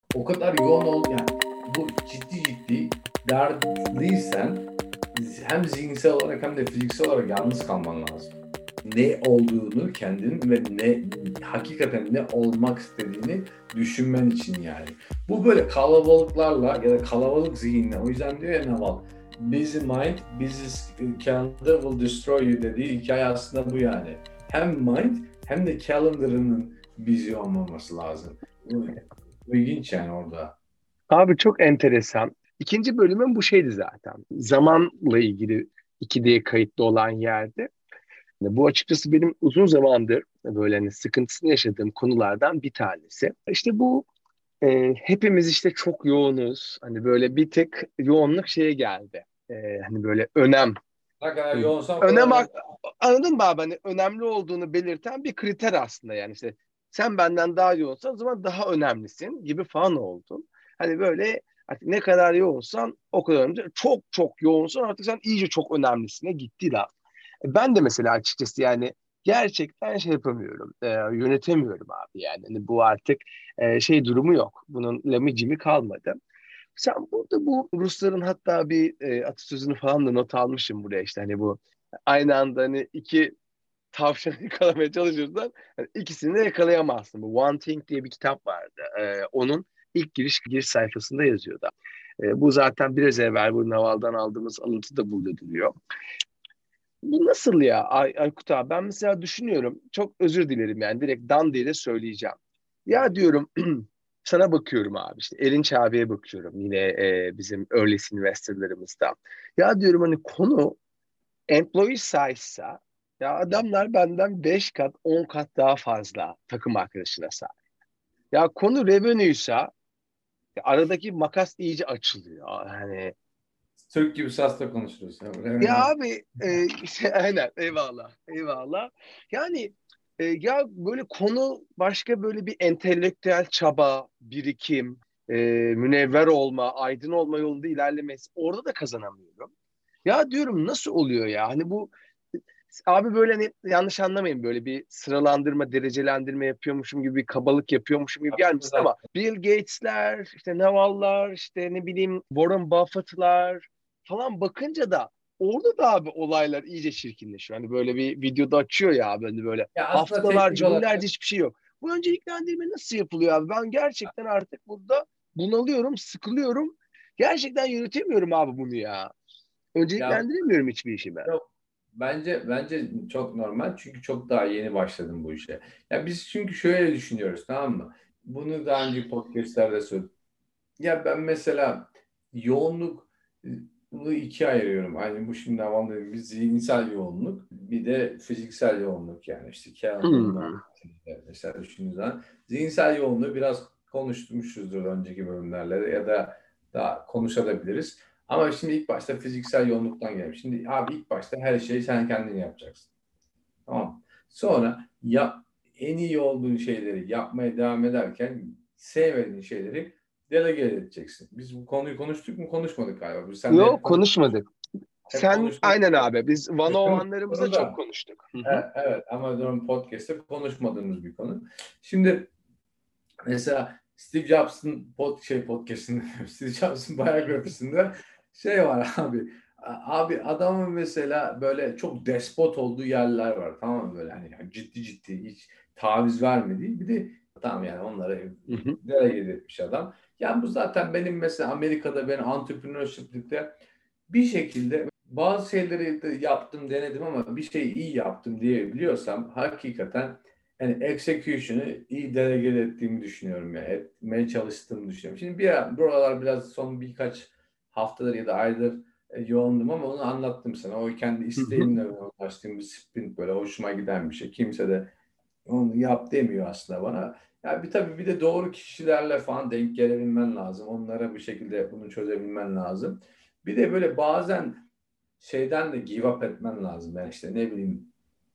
O kadar yoğun yani bu ciddi dertliysen hem zihinsel olarak hem de fiziksel olarak yalnız kalman lazım. Ne olduğunu kendin ve hakikaten ne olmak istediğini düşünmen için yani. Bu böyle kalabalıklarla ya da kalabalık zihinle. O yüzden diyor ya Naval, busy mind, busy calendar will destroy you dediği hikaye aslında bu yani. Hem mind hem de calendar'ının busy olmaması lazım. Bu ilginç yani orada. Abi çok enteresan. İkinci bölümün bu şeydi zaten. Zamanla ilgili 2D'ye kayıtlı olan yerde. Bu açıkçası benim uzun zamandır böyle hani sıkıntısını yaşadığım konulardan bir tanesi. İşte bu hepimiz işte çok yoğunuz. Hani böyle bir tek yoğunluk şeye geldi. Hani böyle önem. Ne kadar Hani yoğunsan o kadar önem önemli. anladın mı abi? Hani önemli olduğunu belirten bir kriter aslında yani işte sen benden daha yoğunsan o zaman daha önemlisin gibi falan oldu. Hani böyle artık ne kadar yoğunsan o kadar önemli. Çok çok yoğunsan artık sen iyice çok önemlisine gitti la. Ben de mesela açıkçası yani gerçekten şey yapamıyorum. Yönetemiyorum abi yani. Hani bu artık şey durumu yok. Bunun lamicimi kalmadı. Sen burada bu Rusların hatta bir atasözünü falan da not almışım buraya işte hani bu aynı anda hani iki tavşanı yakalamaya çalışırsan hani ikisini de yakalayamazsın. Bu One Thing diye bir kitap vardı. Onun ilk giriş sayfasında yazıyordu. Bu zaten biraz evvel bu Naval'dan aldığımız alıntı da burada duruyor. Bu nasıl ya Aykut abi? Ben mesela düşünüyorum. Çok özür dilerim yani direkt Dan diye de söyleyeceğim. Ya diyorum sana bakıyorum abi işte Erinç abiye bakıyorum yine bizim early investorlarımızdan. Ya diyorum hani konu employee size'sa ya adamlar benden 5 kat 10 kat daha fazla takım arkadaşına sahip. Ya konu revenue'ysa ya aradaki makas iyice açılıyor. Hani Türk gibi sasla konuşuruz. Ya, ya revenue. abi işte, aynen eyvallah eyvallah. Yani ya böyle konu başka böyle bir entelektüel çaba, birikim, e, münevver olma, aydın olma yolunda ilerlemesi orada da kazanamıyorum. Ya diyorum nasıl oluyor ya? Hani bu abi böyle hani yanlış anlamayın böyle bir sıralandırma, derecelendirme yapıyormuşum gibi bir kabalık yapıyormuşum gibi gelmesin ama Bill Gates'ler, işte Naval'lar, işte ne bileyim Warren Buffett'lar falan bakınca da orada da abi olaylar iyice çirkinleşiyor. Hani böyle bir videoda açıyor ya abi hani böyle Ya aslında teknik haftalarca, olarak günlerce hiçbir şey yok. Bu önceliklendirme nasıl yapılıyor abi? Ben gerçekten artık burada bunalıyorum, sıkılıyorum. Gerçekten yönetemiyorum abi bunu ya. ya Önceliklendiremiyorum hiçbir işi ben. yok. Bence çok normal çünkü çok daha yeni başladım bu işe. Ya biz çünkü şöyle düşünüyoruz, tamam mı? Bunu daha önce podcastlerde söyledim. Ya ben mesela yoğunluk bunu ikiye ayırıyorum. Aynı bu şimdi havam dediğim bir zihinsel yoğunluk bir de fiziksel yoğunluk yani işte calendar Hmm. muhabbetinde mesela düşündüğünüz zaman zihinsel yoğunluğu biraz konuşmuşuzdur önceki bölümlerle ya da daha konuşabiliriz. Ama şimdi ilk başta fiziksel yoğunluktan gelelim. Şimdi abi ilk başta her şeyi sen kendin yapacaksın. Tamam mı? Sonra en iyi olduğun şeyleri yapmaya devam ederken sevmediğin şeyleri delege edeceksin. Biz bu konuyu konuştuk mu konuşmadık galiba. Biz seninle Yok konuşmadık. hep Sen konuştuk. aynen abi biz one on Konuştuğumuz one'larımızda konu çok da konuştuk. Hı hı. evet ama diyorum podcast'te konuşmadığımız bir konu. Şimdi mesela Steve Jobs'ın podcast'inde Steve Jobs'ın biyografisinde şey var abi. Abi adamın mesela böyle çok despot olduğu yerler var. Tamam mı? Böyle hani ciddi hiç taviz vermediği. Bir de tamam yani onları Hı hı. delege etmiş adam. Yani bu zaten benim mesela Amerika'da ben entrepreneurship'likte bir şekilde bazı şeyleri de yaptım denedim ama bir şeyi iyi yaptım diyebiliyorsam hakikaten yani execution'ı iyi delege ettiğimi düşünüyorum ya. Etmeye çalıştığımı düşünüyorum. Şimdi buralar biraz son birkaç haftadır ya da aydır yoğundum ama onu anlattım sana. O kendi Hı hı. isteğimle ulaştığım bir sprint böyle hoşuma giden bir şey. Kimse de onu yap demiyor aslında bana. Ya tabii bir de doğru kişilerle falan denk gelebilmen lazım. Onlara bir şekilde bunu çözebilmen lazım. Bir de böyle bazen şeyden de give up etmen lazım. Yani işte ne bileyim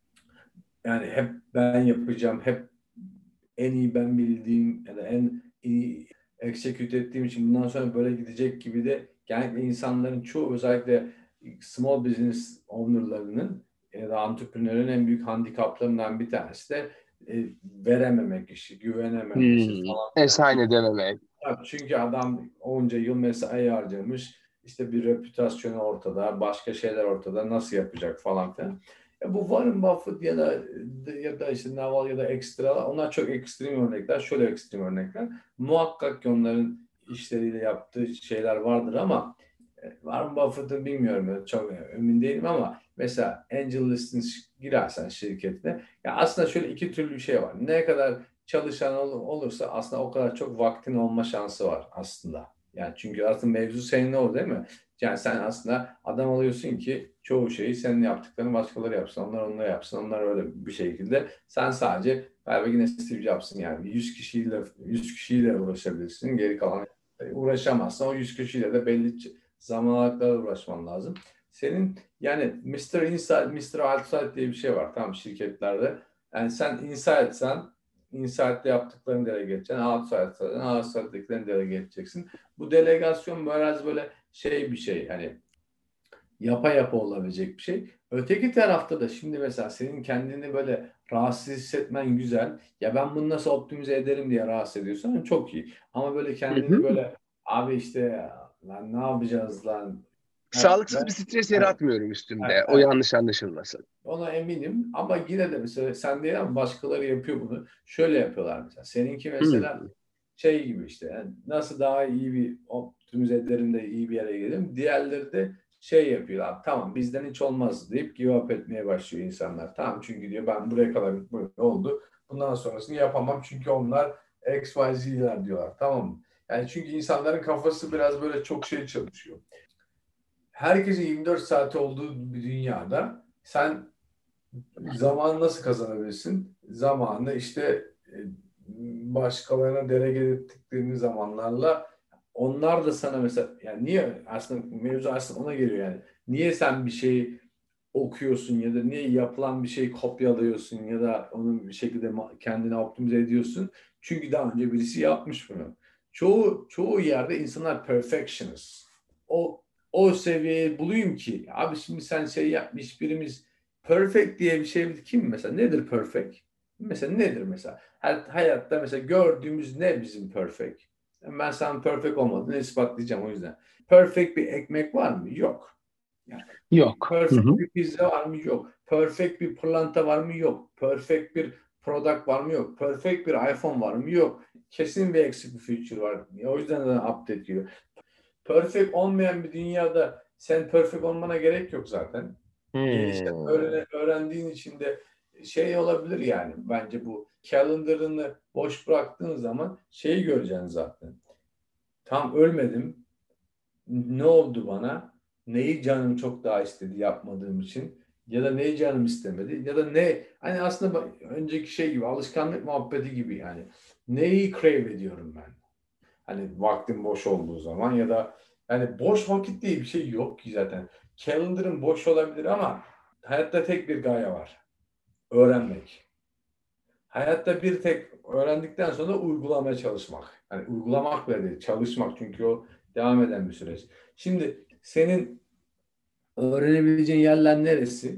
yani hep ben yapacağım, hep en iyi ben bildiğim ya da en iyi execute ettiğim için bundan sonra böyle gidecek gibi de genellikle insanların çoğu özellikle small business owner'larının ya da entrepreneur'ın en büyük handikaplarından bir tanesi de verememek işi, güvenememek işi Hmm. falan filan. Esayen edememek. Çünkü adam onca yıl mesai harcamış. İşte bir reputasyonu ortada, başka şeyler ortada. Nasıl yapacak falan filan. Bu Warren Buffett ya da işte Naval ya da ekstra, onlar çok ekstrem örnekler. Şöyle ekstrem örnekler. Muhakkak ki onların işleriyle yaptığı şeyler vardır ama Warren Buffett'ın bilmiyorum, çok emin değilim ama mesela Angel List'in girersen şirketine, ya aslında şöyle iki türlü bir şey var. Ne kadar çalışan olursa aslında o kadar çok vaktin olma şansı var aslında. Yani çünkü aslında mevzu senin o değil mi? Yani sen aslında adam oluyorsun ki çoğu şeyi senin yaptıklarını başkaları yapsın. Onlar onları yapsın. Onlar öyle bir şekilde. Sen sadece galiba yine Steve Jobs'ın yani 100 kişiyle uğraşabilirsin. Geri kalan uğraşamazsın. O 100 kişiyle de belli zaman aralıklarla uğraşman lazım. Senin yani Mr. Inside, Mr. Outside diye bir şey var tam şirketlerde. Yani sen inside'de yaptıklarını delege edeceksin. Outside'dekilerini delege edeceksin. Bu delegasyon biraz böyle şey bir şey. Yani yapa olabilecek bir şey. Öteki tarafta da şimdi mesela senin kendini böyle rahatsız hissetmen güzel. Ya ben bunu nasıl optimize ederim diye rahatsız ediyorsan çok iyi. Ama böyle Hı hı. kendini böyle abi işte lan ne yapacağız lan? Ha, Sağlıksız bir stres evet, yaratmıyorum üstümde. O evet. yanlış anlaşılmasın. Ona eminim ama yine de mesela sen değil ama başkaları yapıyor bunu. Şöyle yapıyorlar mesela. Seninki Hı. mesela şey gibi işte yani nasıl daha iyi bir optimize ederim de iyi bir yere gelirim. Diğerleri de şey yapıyorlar. Tamam bizden hiç olmaz deyip give up etmeye başlıyor insanlar. Tamam çünkü diyor ben buraya kadar böyle oldu. Bundan sonrasını yapamam çünkü onlar X, Y, Z'ler diyorlar. Tamam mı? Yani çünkü insanların kafası biraz böyle çok şey çalışıyor. Herkesin 24 saati olduğu bir dünyada sen zamanı nasıl kazanabilirsin? Zamanı işte başkalarına delege ettiklerini zamanlarla onlar da sana mesela yani niye aslında mevzu aslında ona geliyor yani. Niye sen bir şey okuyorsun ya da niye yapılan bir şeyi kopyalıyorsun ya da onu bir şekilde kendine optimize ediyorsun? Çünkü daha önce birisi yapmış bunu. Çoğu yerde insanlar perfectionist. O o seviyeyi bulayım ki abi şimdi sen şey yapmış birimiz. Perfect diye bir şey kim mesela? Nedir perfect? Mesela nedir mesela? Hayatta mesela gördüğümüz ne bizim perfect? Ben sana perfect olmadığını ispatlayacağım o yüzden. Perfect bir ekmek var mı? Yok. Yani Yok. Hı perfect hı. bir pizza var mı? Yok. Perfect bir pırlanta var mı? Yok. Perfect bir product var mı? Yok. Perfect bir iPhone var mı? Yok. Kesin bir eksik bir feature var. O yüzden de update ediyor. Perfect olmayan bir dünyada sen perfect olmana gerek yok zaten. Gelişen Hmm. öğrendiğin için de şey olabilir yani bence bu calendar'ını boş bıraktığın zaman şeyi göreceksin zaten. Tam ölmedim. Ne oldu bana? Neyi canım çok daha istedi yapmadığım için ya da neyi canım istemedi ya da ne hani aslında önceki şey gibi alışkanlık muhabbeti gibi yani neyi crave ediyorum ben? Hani vaktim boş olduğu zaman ya da yani boş vakit diye bir şey yok ki zaten. Calendar'ın boş olabilir ama hayatta tek bir gaye var. Öğrenmek. Hayatta bir tek öğrendikten sonra uygulamaya çalışmak. Yani uygulamak bile değil, çalışmak çünkü o devam eden bir süreç. Şimdi senin öğrenebileceğin yerler neresi?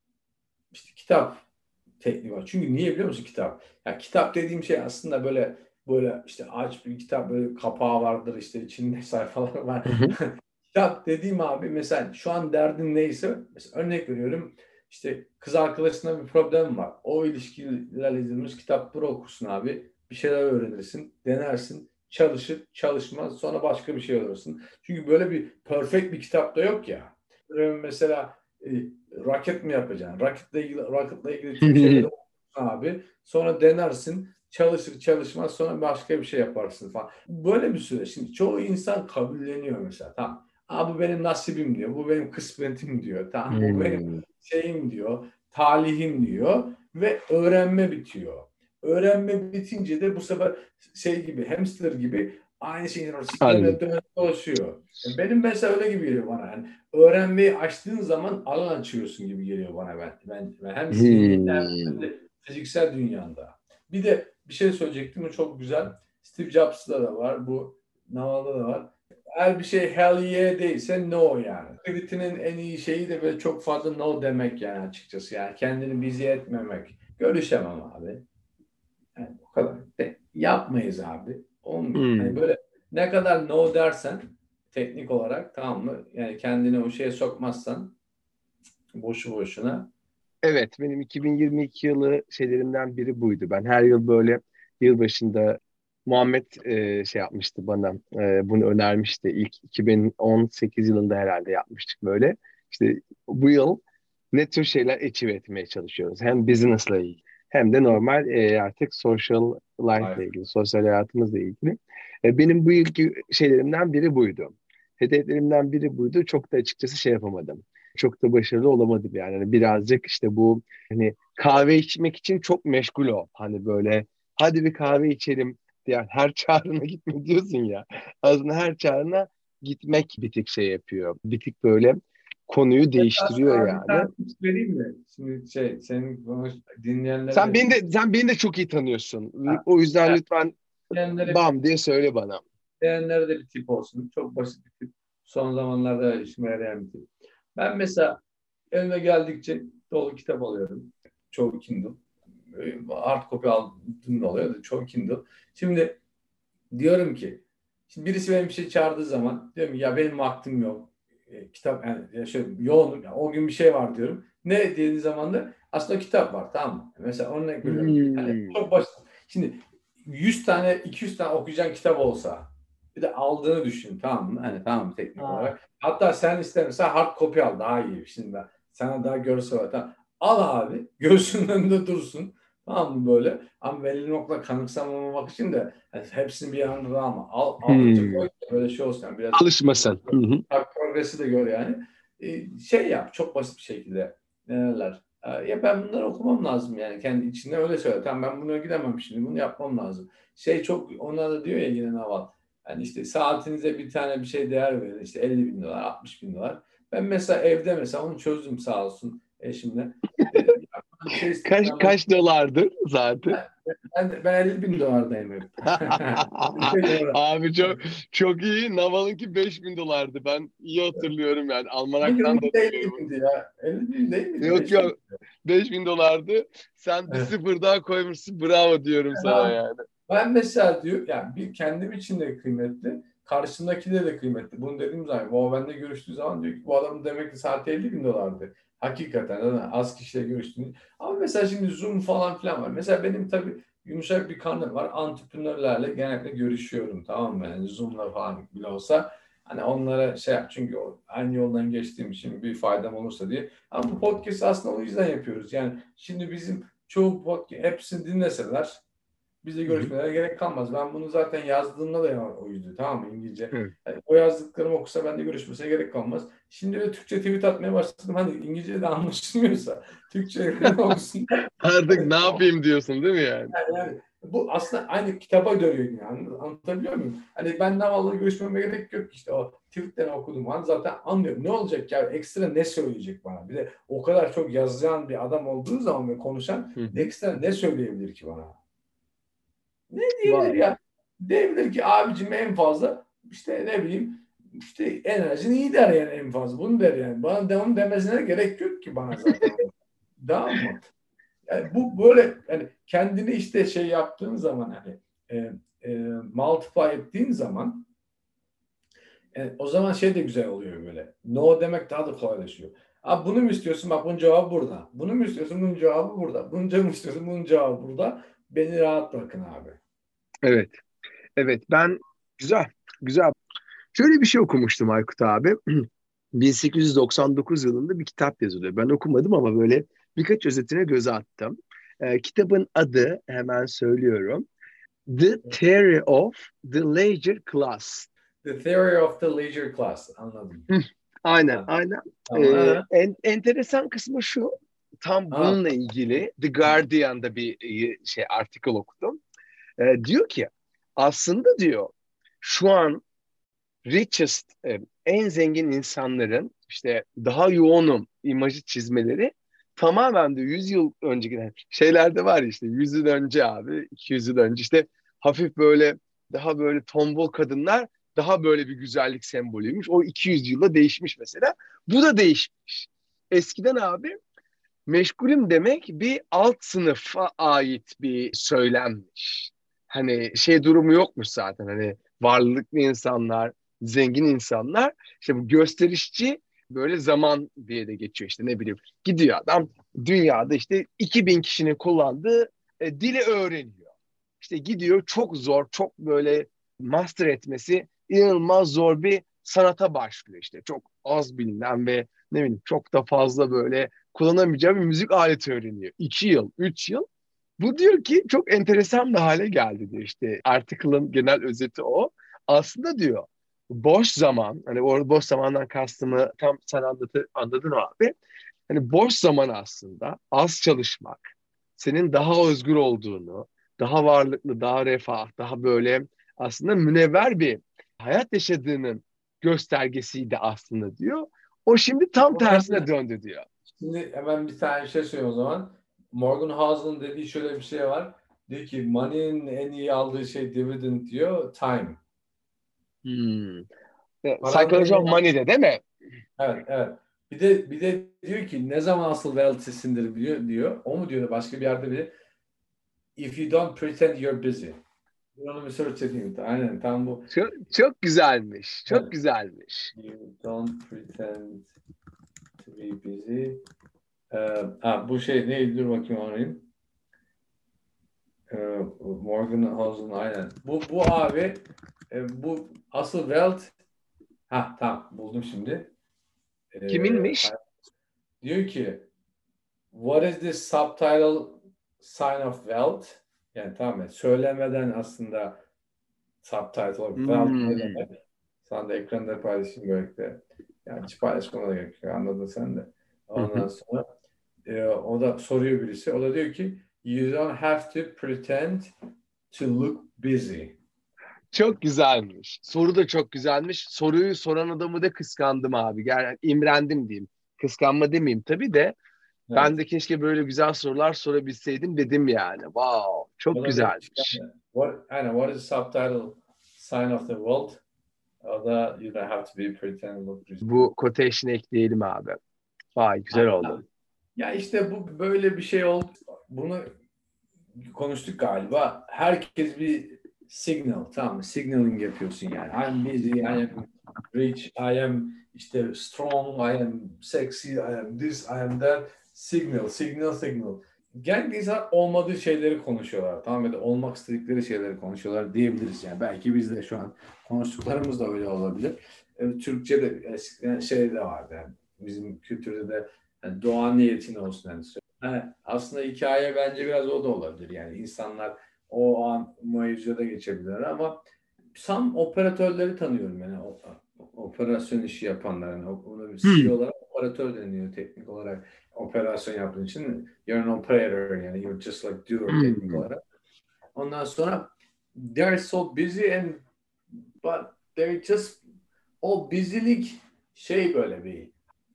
İşte kitap tekniği var. Çünkü niye biliyor musun kitap? Ya kitap dediğim şey aslında böyle işte aç bir kitap böyle kapağı vardır işte içinde sayfalar var. Hı hı. Kitap dediğim abi mesela şu an derdin neyse mesela örnek veriyorum işte kız arkadaşına bir problem var. O ilişkilerle ilgili kitapları okursun abi. Bir şeyler öğrenirsin, denersin, çalışır, çalışmaz sonra başka bir şey öğrenirsin. Çünkü böyle bir perfect bir kitap da yok ya. Mesela raket mi yapacaksın? Raketle ilgili tüm şeyleri okursun abi. Sonra denersin, çalışır çalışmaz sonra başka bir şey yaparsın falan. Böyle bir süreç. Şimdi çoğu insan kabulleniyor mesela. Tamam. Aa, bu benim nasibim diyor. Bu benim kısmetim diyor. Tamam. Bu benim Hmm. şeyim diyor. Talihim diyor. Ve öğrenme bitiyor. Öğrenme bitince de bu sefer şey gibi hamster gibi aynı şeyin Anladım. sistemle dönüp dolaşıyor. Benim mesela öyle gibi geliyor bana. Yani öğrenmeyi açtığın zaman alan açıyorsun gibi geliyor bana ben hem zihninde hem Hmm. de fiziksel dünyanda. Bir de bir şey söyleyecektim. Bu çok güzel. Steve Jobs'da da var. Bu Naval'da da var. Eğer bir şey hell yeah değilse no yani. Creative'nin en iyi şeyi de böyle çok fazla no demek yani açıkçası. Yani kendini bizi etmemek. Görüşemem abi. Yani o kadar. Yapmayız abi. Olmuyor. Hani Hmm. böyle Ne kadar no dersen teknik olarak, tamam mı? Yani kendini o şeye sokmazsan boşu boşuna. Evet, benim 2022 yılı şeylerimden biri buydu. Ben her yıl böyle yılbaşında Muhammed şey yapmıştı bana, bunu önermişti. İlk 2018 yılında herhalde yapmıştık böyle. İşte bu yıl ne tür şeyler achieve etmeye çalışıyoruz. Hem business'la ilgili hem de normal artık social life Ay, ile ilgili, sosyal hayatımızla ilgili. Benim bu yılki şeylerimden biri buydu. Hedeflerimden biri buydu. Çok da açıkçası şey yapamadım, çok da başarılı olamadım yani. Hani birazcık işte bu, hani kahve içmek için çok meşgul ol. Hani böyle hadi bir kahve içelim diye her çağrına gitme diyorsun ya. Aslında her çağrına gitmek bir tık şey yapıyor. Bir tık böyle konuyu değiştiriyor sana bir yani. tane tips vereyim mi? Şimdi senin dinleyenlere Sen de beni de sen beni de çok iyi tanıyorsun. ha, O yüzden yani lütfen dinleyenlere, bam diye söyle bana. dinleyenlere de bir tip olsun. Çok basit bir tip. Son zamanlarda işime yarayan bir tip. Ben mesela evime geldikçe dolu kitap alıyorum. Çoğu Kindle. Hard copy aldığım da oluyor da çoğu Kindle. Şimdi diyorum ki, şimdi birisi benim bir şey çağırdığı zaman diyorum ki, ya benim vaktim yok. Kitap yani, ya şöyle yoğunum. Yani o gün bir şey var diyorum. Ne dediği zaman da aslında kitap var, tamam mı? Mesela örnek veriyorum. Hani Hmm. çok basit. Şimdi 100 tane 200 tane okuyacağın kitap olsa, bir de aldığını düşün, tamam mı? Hani tamam, teknik Ha. olarak. Hatta sen istersen hard copy al, daha iyi. Şimdi ben sana daha görsel olarak. Tamam. Al abi. Gözünün önünde dursun. Tamam mı böyle? Ama belli nokta kanıksamamak için de yani hepsini bir anda alma. Aldıkça Hmm. koy. Böyle şey olsun. Yani biraz Alışmasın. Hı hı. progresi de gör yani. Şey yap. Çok basit bir şekilde. Neler? Ya ben bunları okumam lazım yani. Kendi içinde öyle söyle. Tamam, ben buna gidemem şimdi. Bunu yapmam lazım. Şey çok, onlar da diyor ya yine Naval. Yani işte saatinize bir tane bir şey değer verin. İşte 50 bin dolar, 60 bin dolar. Ben mesela evde mesela onu çözdüm sağ olsun eşimle. Ya bir şey Kaç, istediğim kaç dolardır zaten? ben 50 bin dolardayım hep. 50 bin dolar. Abi çok iyi. Naval'ınki 5.000 dolardı. Ben iyi hatırlıyorum yani. Hangi Almanaktan da ürün de 50 hatırlıyorum. bindi ya? 50 bin değil miydi? Yok 5 bin. yok. 5.000 dolardı. Sen bir Evet. sıfır daha koymuşsun. Bravo diyorum sana Ha, yani. ben mesela diyor yani, bir kendim için de kıymetli, karşımdakine de kıymetli. Bunu dediğim zaman o benimle görüştüğü zaman diyor ki, bu adamın demek ki saati 50 bin dolardı. Hakikaten az kişiyle görüştüğünü. Ama mesela şimdi Zoom falan filan var. Mesela benim tabii yumuşak bir karnım var. Antreprenörlerle genellikle görüşüyorum, tamam mı? Yani Zoom'la falan bile olsa hani onlara şey yap, çünkü aynı yoldan geçtiğim için bir faydam olursa diye. Ama bu podcast aslında o yüzden yapıyoruz. Yani şimdi bizim çoğu podcast hepsini dinleseler bizle Hı hı. görüşmelere gerek kalmaz. Ben bunu zaten yazdığımda da oydu, tamam mı, İngilizce. Evet. Yani o yazdıklarımı okusa ben de görüşmesine gerek kalmaz. Şimdi de Türkçe tweet atmaya başladım. Hani İngilizce de anlaşılmıyorsa Türkçe okusunlar. Artık Hani, ne yapayım diyorsun değil mi yani? yani bu aslında aynı kitaba dönüyor yani. Anlatabiliyor muyum? Hani ben Naval'la görüşmeme gerek yok, işte o tweetleri okudum an zaten anlıyorum. Ne olacak ya, ekstra ne söyleyecek bana? Bir de o kadar çok yazayan bir adam olduğu zaman ve konuşan, Hı hı. ekstra ne söyleyebilir ki bana? Ne diyebilir Vay. ya? Diyebilir ki abicim en fazla işte ne bileyim, işte enerjin iyi der yani, en fazla bunu der yani. Bana devamlı demesine gerek yok ki bana zaten. Tamam mı? Yani bu böyle, yani kendini işte şey yaptığın zaman, hani e, multiply ettiğin zaman o zaman şey de güzel oluyor böyle. No demek daha da kolaylaşıyor. Abi bunu mu istiyorsun? Bak bunun cevabı burada. Bunu mu istiyorsun? Bunun cevabı burada. Bunu mu istiyorsun? Bunun cevabı burada. Beni rahat bırakın abi. Evet. Evet, ben güzel. Güzel. Şöyle bir şey okumuştum Aykut abi. 1899 yılında bir kitap yazılıyor. Ben okumadım ama böyle birkaç özetine göz attım. Kitabın adı, hemen söylüyorum: The Theory of the Leisure Class. The Theory of the Leisure Class. Anladım. Hı, aynen, Ha, aynen. tamam. Enteresan kısmı şu. Tam Ha, bununla ilgili The Guardian'da bir şey artikel okudum. Diyor ki aslında diyor şu an richest, en zengin insanların işte daha yoğunum imajı çizmeleri tamamen de 100 yıl önce giden şeylerde var ya, işte 100 yıl önce abi, 200 yıl önce işte hafif böyle daha böyle tombul kadınlar daha böyle bir güzellik sembolüymüş. O 200 yılda değişmiş mesela. Bu da değişmiş. Eskiden abi meşgulüm demek bir alt sınıfa ait bir söylemmiş. Hani şey durumu yokmuş zaten, hani varlıklı insanlar, zengin insanlar. İşte bu gösterişçi böyle zaman diye de geçiyor işte ne bileyim. Gidiyor adam dünyada işte 2000 kişinin kullandığı dili öğreniyor. İşte gidiyor çok zor, çok böyle master etmesi inanılmaz zor bir sanata başlıyor işte. Çok az bilinen ve ne bileyim çok da fazla böyle kullanamayacağı bir müzik aleti öğreniyor. 2 yıl, 3 yıl. Bu diyor ki çok enteresan bir hale geldi diyor işte. Article'ın genel özeti o. Aslında diyor boş zaman, hani orada boş zamandan kastımı tam sen anladın o abi. Hani boş zaman aslında az çalışmak, senin daha özgür olduğunu, daha varlıklı, daha refah, daha böyle aslında münevver bir hayat yaşadığının göstergesiydi aslında diyor. O şimdi tam tersine döndü diyor. Şimdi hemen bir tane şey söyleyeyim o zaman. Morgan Housel'ın dediği şöyle bir şey var. Diyor ki money'nin en iyi aldığı şey dividend diyor. Time. Hmm. Paranın en Psychology of iyi Money'de değil mi? evet, evet. Bir de diyor ki ne zaman asıl wealthy'sindir diyor. O mu diyor başka bir yerde bile. If you don't pretend you're busy. Bunu bir search edeyim. Aynen tam bu. Çok, çok güzelmiş. Çok Evet. güzelmiş. You don't pretend to be busy. Bu şey neydi? Dur bakayım arayayım. Morgan House'un aynen. Bu abi bu asıl wealth tamam buldum şimdi. Kiminmiş? Diyor ki what is the subtitle sign of wealth? Yani tamam söylemeden aslında subtitle of wealth ne Hmm. demek? Sana da ekranda paylaşayım böylelikle. Yani hiç paylaşmana da gerek yok. Anladın sen de. Hı Ondan hı. sonra o da soruyor birisi. O da diyor ki you don't have to pretend to look busy. Çok güzelmiş. Soru da çok güzelmiş. Soruyu soran adamı da kıskandım abi. Yani imrendim diyeyim. Kıskanma demeyeyim tabii de. Ben Evet. de keşke böyle güzel sorular sorabilseydim dedim yani. Wow, O çok da demiş güzelmiş. yani, what is the subtitle sign of the world? O da you don't have to be pretend to look busy. Bu quotation'ı ekleyelim abi. Vay güzel oldu. Ya işte bu böyle bir şey oldu. Bunu konuştuk galiba. Herkes bir signal, tamam mı? Signaling yapıyorsun yani. I'm busy, I am rich, I am işte strong, I am sexy, I am this, I am that. Signal, signal, signal. Genç insan olmadığı şeyleri konuşuyorlar. Tamam mı? Ya da olmak istedikleri şeyleri konuşuyorlar diyebiliriz yani. Belki biz de şu an konuştuklarımız da öyle olabilir. Türkçe'de eskiden şey de vardı yani. Bizim kültürde de yani doğa niyetine olsun yani. Aslında hikaye bence biraz o da olabilir. Yani insanlar o an mevzuya da geçebilirler ama sam operatörleri tanıyorum yani operasyon işi yapanlar. Yani ona bir Hmm. CEO olarak operatör deniyor teknik olarak operasyon yaptığın için. You're an operator yani you're just like doer teknik Hmm. olarak. Ondan sonra they're so busy and but they're just o busy'lik şey böyle bir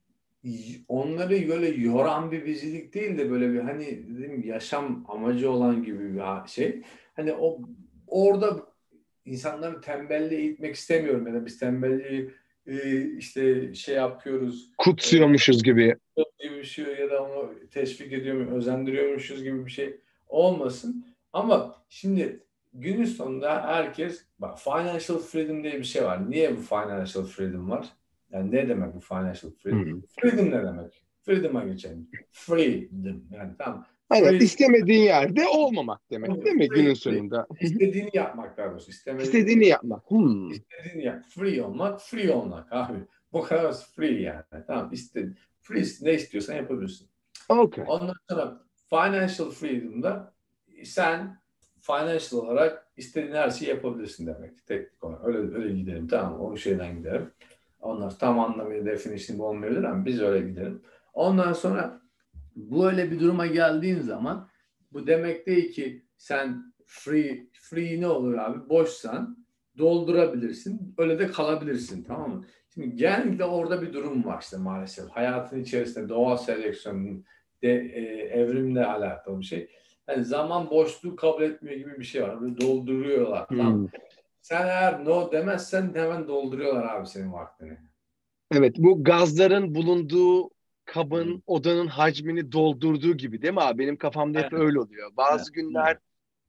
onları böyle yoran bir bizilik değil de böyle bir hani dedim yaşam amacı olan gibi bir şey. Hani orada insanları tembelliğe itmek istemiyorum ya da biz tembelliği işte şey yapıyoruz Kutsuyormuşuz gibi. gibi bir şey ya da onu teşvik ediyor özendiriyormuşuz gibi bir şey olmasın. Ama şimdi günün sonunda herkes bak financial freedom diye bir şey var. Niye bu financial freedom var? Yani ne demek bu financial freedom? Hmm. Freedom ne demek? Freedom'a geçelim. Freedom yani tamam. Aynen Free, istemediğin yerde olmamak demek değil mi günün free. sonunda? İstediğini yapmak daha doğrusu. İstemediğini İstediğini değil. yapmak. Hmm. İstediğini yap. Free olmak, free olmak abi. Bu kadar free yani. Tamam istedi. Free ne istiyorsan yapabilirsin. Okay. Ondan sonra financial freedom'da sen financial olarak istediğin her şeyi yapabilirsin demek. Teknik olarak. Öyle gidelim. Tamam o şeyden gidelim. Ondan sonra tam anlamıyla definition bu olmayabilir ama biz öyle gidelim. Ondan sonra böyle bir duruma geldiğin zaman bu demek değil ki sen free ne olur abi? Boşsan doldurabilirsin. Öyle de kalabilirsin. Tamam mı? Şimdi genellikle orada bir durum var işte maalesef. Hayatın içerisinde doğal seleksiyonun evrimle alakalı bir şey. Yani zaman boşluğu kabul etmiyor gibi bir şey var. Böyle dolduruyorlar. Tamam. Hmm. Sen eğer no demezsen hemen dolduruyorlar abi senin vaktini. Evet, bu gazların bulunduğu Hmm. kabın odanın hacmini doldurduğu gibi değil mi abi? Benim kafamda hep Aynen. öyle oluyor. Aynen. Bazı günler Aynen.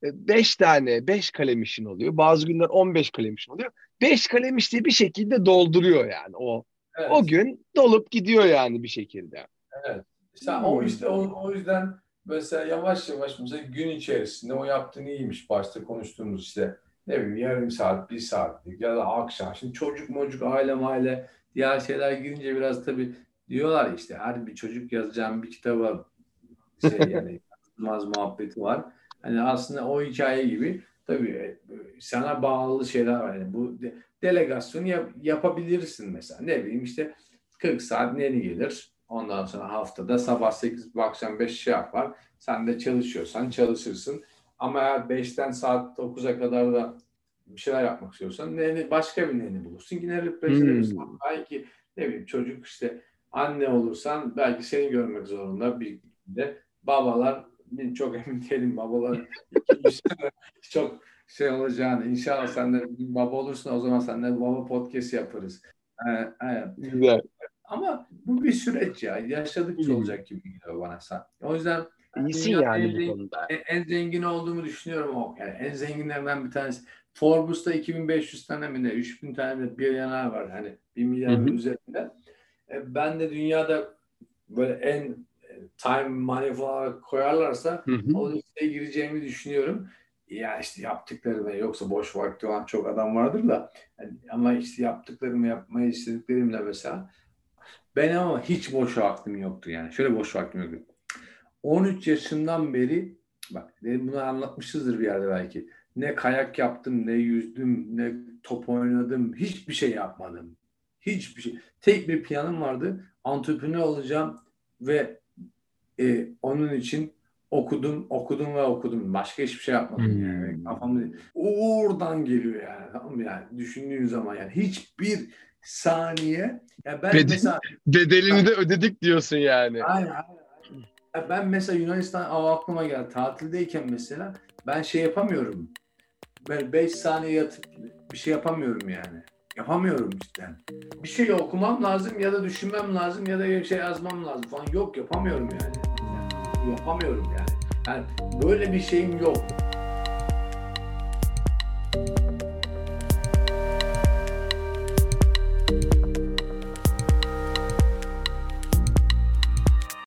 5 tane 5 kalem işin oluyor. Bazı günler 15 kalem işin oluyor. 5 kalem işi bir şekilde dolduruyor yani. O Evet. gün dolup gidiyor yani bir şekilde. Evet. Sen o Hmm. işte o yüzden mesela yavaş yavaş mesela gün içerisinde o yaptığın iyiymiş. Başta konuştuğumuz işte ne bileyim yarım saat, bir saatlik ya da akşam. Şimdi çocuk, aile, diğer şeyler girince biraz tabii diyorlar işte her bir çocuk yazacağım bir kitaba şey yani yazılmaz muhabbeti var. Hani aslında o hikaye gibi tabii sana bağlı şeyler var. Yani bu delegasyonu yapabilirsin mesela. Ne bileyim işte 40 saat neni gelir. Ondan sonra haftada sabah 8 akşam 5 şey yapar. Sen de çalışıyorsan çalışırsın. Ama eğer 5'ten saat 9'a kadar da bir şeyler yapmak istiyorsan başka bir neni bulursun. Yine replace edebilirsin. Hmm. Belki ne bileyim çocuk işte anne olursan belki seni görmek zorunda bir de babalar çok emin değilim babalar 200 sene çok şey olacağını inşallah sen de bir baba olursun o zaman sen de baba podcast yaparız. Evet. Güzel. Ama bu bir süreç ya. Yaşadıkça Hmm. olacak gibi geliyor bana sen. O yüzden İyisin dünyanın yani bu konuda. en zengin olduğumu düşünüyorum o. Yani en zenginlerden bir tanesi. Forbes'ta 2500 tane mi ne, 3000 tane mi milyoner var. Hani 1 milyarın Hı üzerinde. Ben de dünyada böyle en time money falan koyarlarsa hı. o listeye gireceğimi düşünüyorum. Ya işte yaptıklarım yoksa boş vakti olan çok adam vardır da yani, ama işte yaptıklarımı yapmayı istediklerimle mesela ben ama hiç boş vaktim yoktu yani. Şöyle boş vaktim yoktu. 13 yaşından beri bak bunu anlatmışızdır bir yerde belki. Ne kayak yaptım, ne yüzdüm, ne top oynadım. Hiçbir şey yapmadım. Hiçbir şey. Tek bir planım vardı. Antreprenör olacağım ve onun için okudum ve okudum. Başka hiçbir şey yapmadım yani. Hmm. Kafamda oradan geliyor yani. Tamam mı? Yani düşündüğün zaman yani hiçbir saniye ya ben Bede- mesela Bedelini de ödedik diyorsun yani. aynen. Ya ben mesela Yunanistan aklıma geldi. Tatildeyken mesela ben şey yapamıyorum. Böyle 5 saniye yatıp bir şey yapamıyorum yani. Yapamıyorum cidden. Bir şey okumam lazım ya da düşünmem lazım ya da bir şey yazmam lazım falan. Yok yapamıyorum yani. Hmm. Yapamıyorum yani. Yani böyle bir şeyim yok.